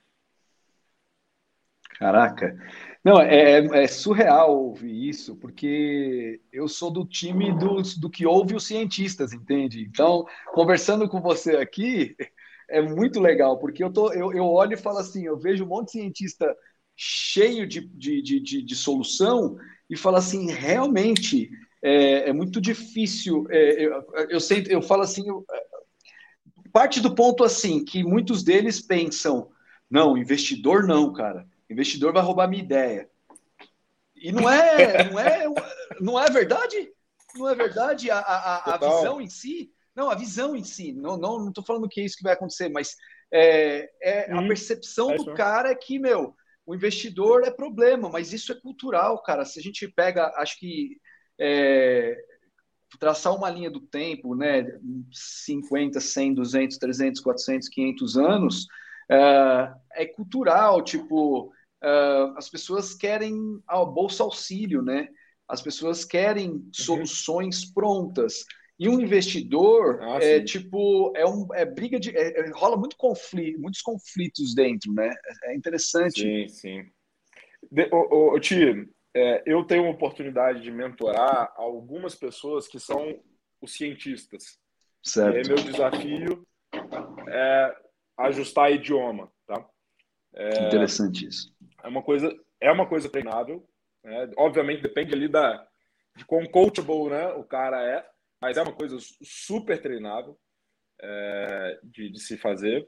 Caraca. Não, é, é surreal ouvir isso, porque eu sou do time do, do que ouve os cientistas, entende? Então, conversando com você aqui, é muito legal, porque eu, tô, eu, eu olho e falo assim, eu vejo um monte de cientista cheio de, de, de, de, de solução e falo assim, realmente é, é muito difícil. É, eu, eu, sei, eu falo assim, eu, parte do ponto assim, que muitos deles pensam, não, investidor não, cara. Investidor vai roubar minha ideia. E não é, não é, não é verdade? Não é verdade a, a, a visão em si? Não, a visão em si. Não estou não, não falando que é isso que vai acontecer, mas é, é a percepção do cara é que, meu, o investidor é problema, mas isso é cultural, cara. Se a gente pega, acho que é, traçar uma linha do tempo, né, cinquenta, cem, duzentos, trezentos, quatrocentos, quinhentos anos, é, é cultural, tipo... uh, as pessoas querem a bolsa auxílio, né? As pessoas querem soluções uhum. prontas. E um investidor ah, é sim. tipo é um é briga de é, é, rola muito conflito, muitos conflitos dentro, né? É interessante. Sim, sim. De, ô, ô, Ti, é, eu tenho uma oportunidade de mentorar algumas pessoas que são os cientistas. Certo. E aí meu desafio é ajustar idioma, tá? É, Interessante isso. É uma coisa é uma coisa treinável, né? Obviamente depende ali da de quão coachable, né, o cara é. Mas é uma coisa super treinável é, de, de se fazer.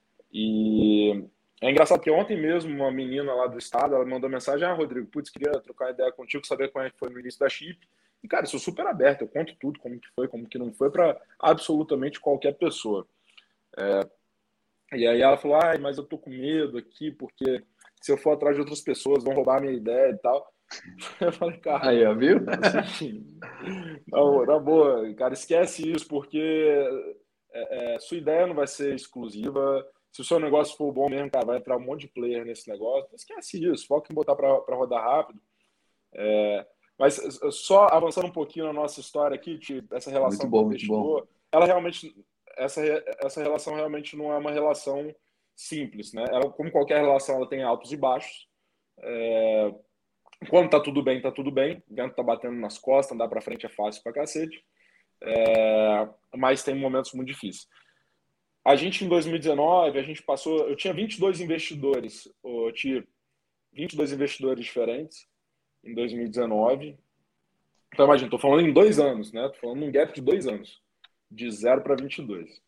E é engraçado que ontem mesmo uma menina lá do estado, ela mandou mensagem: ah, Rodrigo, putz, queria trocar ideia contigo, saber como é que foi no início da Chip. E, cara, eu sou super aberto, eu conto tudo, como que foi, como que não foi, para absolutamente qualquer pessoa. É, e aí ela falou: ah, mas eu tô com medo aqui, porque se eu for atrás de outras pessoas, vão roubar a minha ideia e tal. Eu falei, cara, aí, ó, viu? Assim, não, na boa, cara, esquece isso, porque é, é, sua ideia não vai ser exclusiva. Se o seu negócio for bom mesmo, cara, vai entrar um monte de player nesse negócio. Então, esquece isso, foca em botar para rodar rápido. É, mas só avançando um pouquinho na nossa história aqui, tipo, essa relação bom, com o investidor, ela realmente, essa, essa relação realmente não é uma relação simples, né? Ela, como qualquer relação, ela tem altos e baixos. É, Quando tá tudo bem, tá tudo bem. O vento tá batendo nas costas, andar para frente é fácil pra cacete. É... Mas tem momentos muito difíceis. A gente, em dois mil e dezenove, a gente passou... Eu tinha vinte e dois investidores, eu tinha vinte e dois investidores diferentes em dois mil e dezenove. Então, imagina, tô falando em dois anos, né? Tô falando num gap de dois anos. De zero para vinte e dois.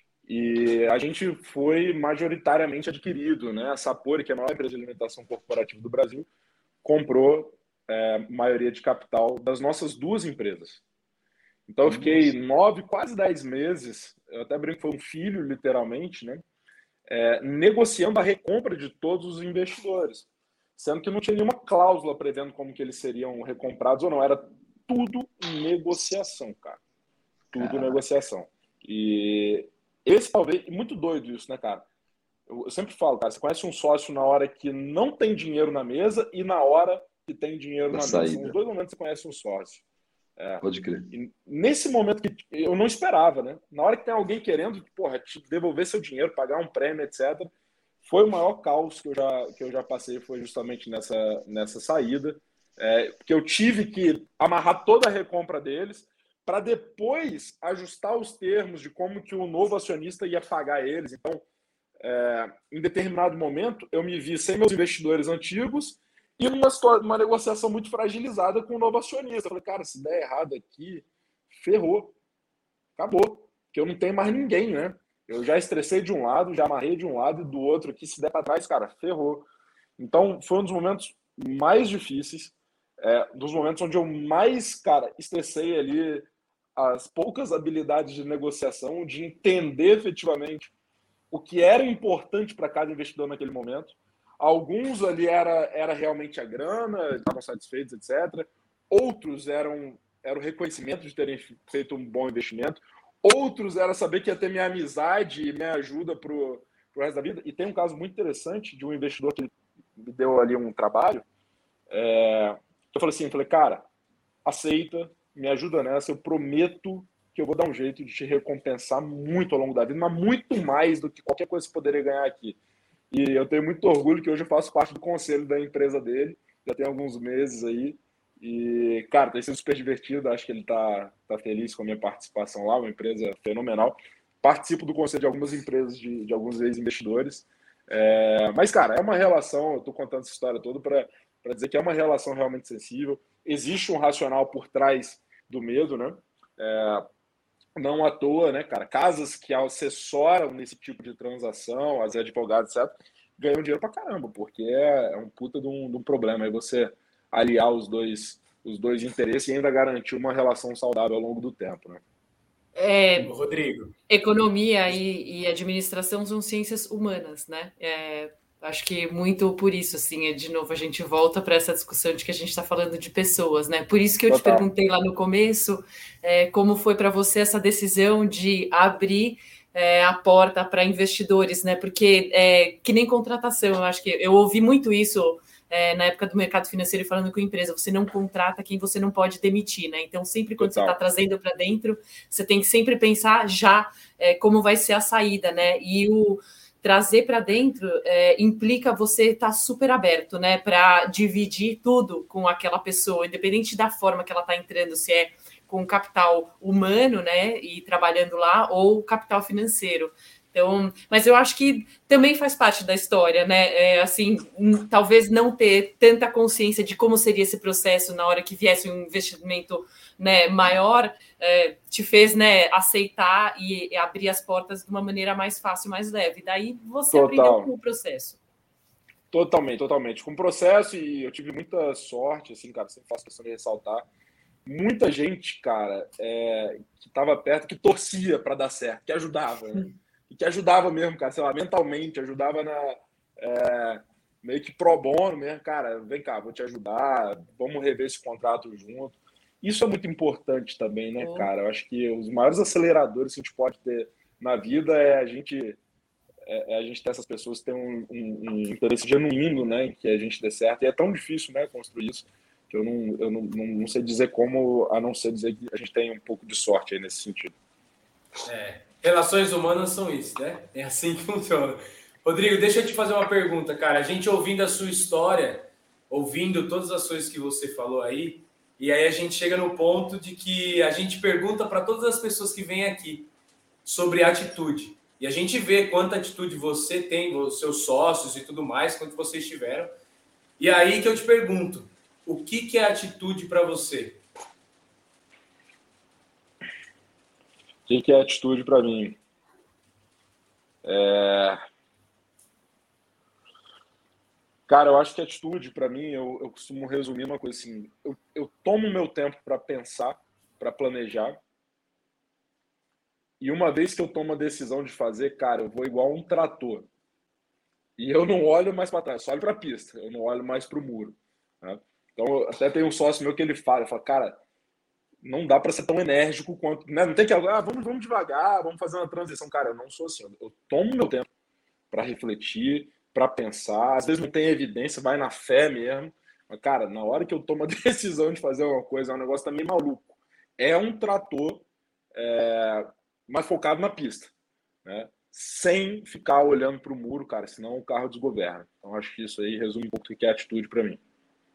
E a gente foi majoritariamente adquirido, né? A Sapori, que é a maior empresa de alimentação corporativa do Brasil, comprou é, maioria de capital das nossas duas empresas. Então eu fiquei nove, quase dez meses, eu até brinco que foi um filho, literalmente, né? É, negociando a recompra de todos os investidores, sendo que não tinha nenhuma cláusula prevendo como que eles seriam recomprados ou não, era tudo negociação, cara. Tudo Caraca. negociação. E esse talvez, muito doido isso, né, cara? Eu sempre falo, cara, você conhece um sócio na hora que não tem dinheiro na mesa e na hora que tem dinheiro da na saída. mesa. São os dois momentos que você conhece um sócio. É. Pode crer. E nesse momento que eu não esperava, né? Na hora que tem alguém querendo, porra, te devolver seu dinheiro, pagar um prêmio, etcétera, foi o maior caos que eu já, que eu já passei, foi justamente nessa, nessa saída. É, porque eu tive que amarrar toda a recompra deles para depois ajustar os termos de como que o novo acionista ia pagar eles. Então, É, em determinado momento, eu me vi sem meus investidores antigos e numa uma negociação muito fragilizada com o novo acionista. Eu falei, cara, se der errado aqui, ferrou. Acabou. Porque eu não tenho mais ninguém, né? Eu já estressei de um lado, já amarrei de um lado e do outro aqui. Se der para trás, cara, ferrou. Então, foi um dos momentos mais difíceis, é, dos momentos onde eu mais, cara, estressei ali as poucas habilidades de negociação, de entender efetivamente o que era importante para cada investidor naquele momento. Alguns ali era, era realmente a grana, estavam satisfeitos, etcétera. Outros eram, era o reconhecimento de terem feito um bom investimento. Outros era saber que ia ter minha amizade e minha ajuda para o resto da vida. E tem um caso muito interessante de um investidor que me deu ali um trabalho. É, eu falei assim, eu falei, cara, aceita, me ajuda nessa, eu prometo que eu vou dar um jeito de te recompensar muito ao longo da vida, mas muito mais do que qualquer coisa que você poderia ganhar aqui. E eu tenho muito orgulho que hoje eu faço parte do conselho da empresa dele, já tem alguns meses aí, e, cara, tem sido super divertido, acho que ele tá, tá feliz com a minha participação lá, uma empresa fenomenal. Participo do conselho de algumas empresas, de, de alguns ex-investidores, é, mas, cara, é uma relação, eu tô contando essa história toda para dizer que é uma relação realmente sensível, existe um racional por trás do medo, né? É, não à toa, né, cara? Casas que assessoram nesse tipo de transação, as advogadas, etcétera, ganham dinheiro pra caramba, porque é, é um puta de um, de um problema. Aí você aliar os dois, os dois interesses e ainda garantir uma relação saudável ao longo do tempo, né? É, Rodrigo. Economia e, e administração são ciências humanas, né? É, acho que muito por isso, assim, de novo, a gente volta para essa discussão de que a gente está falando de pessoas, né? Por isso que eu Total. te perguntei lá no começo é, como foi para você essa decisão de abrir é, a porta para investidores, né? Porque é que nem contratação, eu acho que eu ouvi muito isso é, na época do mercado financeiro falando com a empresa, você não contrata quem você não pode demitir, né? Então, sempre quando Total. Você está trazendo para dentro, você tem que sempre pensar já é, como vai ser a saída, né? E o trazer para dentro é, implica você estar tá super aberto, né? Para dividir tudo com aquela pessoa, independente da forma que ela está entrando, se é com capital humano, né, e trabalhando lá, ou capital financeiro. Então, mas eu acho que também faz parte da história, né, é, assim, talvez não ter tanta consciência de como seria esse processo na hora que viesse um investimento, né, maior, é, te fez, né, aceitar e, e abrir as portas de uma maneira mais fácil, mais leve. Daí você Total. Aprendeu com o processo. Totalmente, totalmente. Com o processo, e eu tive muita sorte, assim, cara, sempre faço questão de ressaltar, muita gente, cara, é, que estava perto, que torcia para dar certo, que ajudava, né? E que ajudava mesmo, cara, sei lá, mentalmente, ajudava na é, meio que pro bono mesmo, cara, vem cá, vou te ajudar, vamos rever esse contrato junto. Isso é muito importante também, né, cara? Eu acho que os maiores aceleradores que a gente pode ter na vida é a gente, é, é a gente ter essas pessoas que têm um, um, um interesse genuíno, né, em que a gente dê certo, e é tão difícil, né, construir isso. Que eu, não, eu não, não, não sei dizer como, a não ser dizer que a gente tem um pouco de sorte aí nesse sentido. É, relações humanas são isso, né? É assim que funciona. Rodrigo, deixa eu te fazer uma pergunta, cara. A gente ouvindo a sua história, ouvindo todas as coisas que você falou aí, e aí a gente chega no ponto de que a gente pergunta para todas as pessoas que vêm aqui sobre atitude. E a gente vê quanta atitude você tem, os seus sócios e tudo mais, quanto vocês tiveram. E aí que eu te pergunto, o que, que é atitude para você? O que, que é atitude para mim? É... Cara, eu acho que atitude para mim, eu, eu costumo resumir uma coisa assim, eu, eu tomo meu tempo para pensar, para planejar, e uma vez que eu tomo a decisão de fazer, cara, eu vou igual um trator. E eu não olho mais para trás, só olho para a pista, eu não olho mais para o muro, né? Então, até tem um sócio meu que ele fala, ele fala, cara, não dá para ser tão enérgico quanto, né? Não tem que, ah, vamos, vamos devagar, vamos fazer uma transição. Cara, eu não sou assim, eu tomo meu tempo para refletir, para pensar, às vezes não tem evidência, vai na fé mesmo, mas, cara, na hora que eu tomo a decisão de fazer uma coisa, é um negócio também maluco. É um trator é, mais focado na pista, né? Sem ficar olhando para o muro, cara, senão o carro desgoverna. Então, acho que isso aí resume um pouco o que é atitude para mim.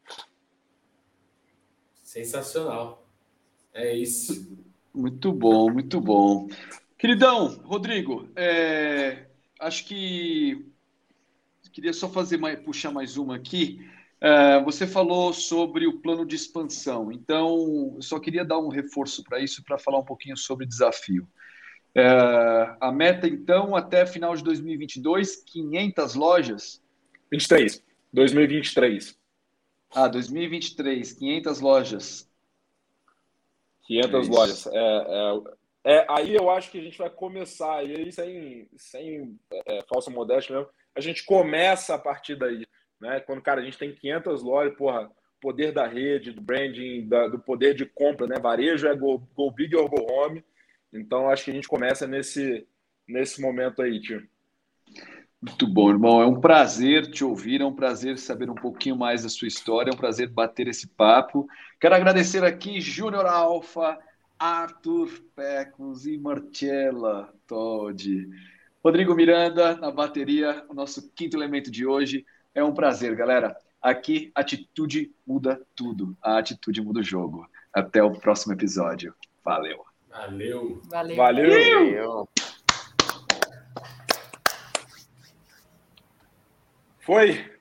Sensacional. É isso. Muito bom, muito bom. Queridão, Rodrigo, é, acho que queria só fazer mais, puxar mais uma aqui. É, você falou sobre o plano de expansão, então eu só queria dar um reforço para isso, para falar um pouquinho sobre desafio. É, a meta, então, até final de dois mil e vinte e dois, quinhentas lojas? vinte e três. dois mil e vinte e três. Ah, dois mil e vinte e três, quinhentas lojas. quinhentas é lojas. É, é, é, aí eu acho que a gente vai começar, e aí sem, sem é, falsa modéstia mesmo, a gente começa a partir daí, né? Quando, cara, a gente tem quinhentas lojas, porra, poder da rede, do branding, da, do poder de compra, né? Varejo é go, go big or go home. Então, acho que a gente começa nesse, nesse momento aí, tio. Muito bom, irmão. É um prazer te ouvir, é um prazer saber um pouquinho mais da sua história, é um prazer bater esse papo. Quero agradecer aqui Júnior Alfa, Arthur Pecos e Marcella Todi. Rodrigo Miranda na bateria, o nosso quinto elemento de hoje. É um prazer, galera. Aqui, atitude muda tudo. A atitude muda o jogo. Até o próximo episódio. Valeu. Valeu. Valeu. Valeu. Valeu. Eu... Foi.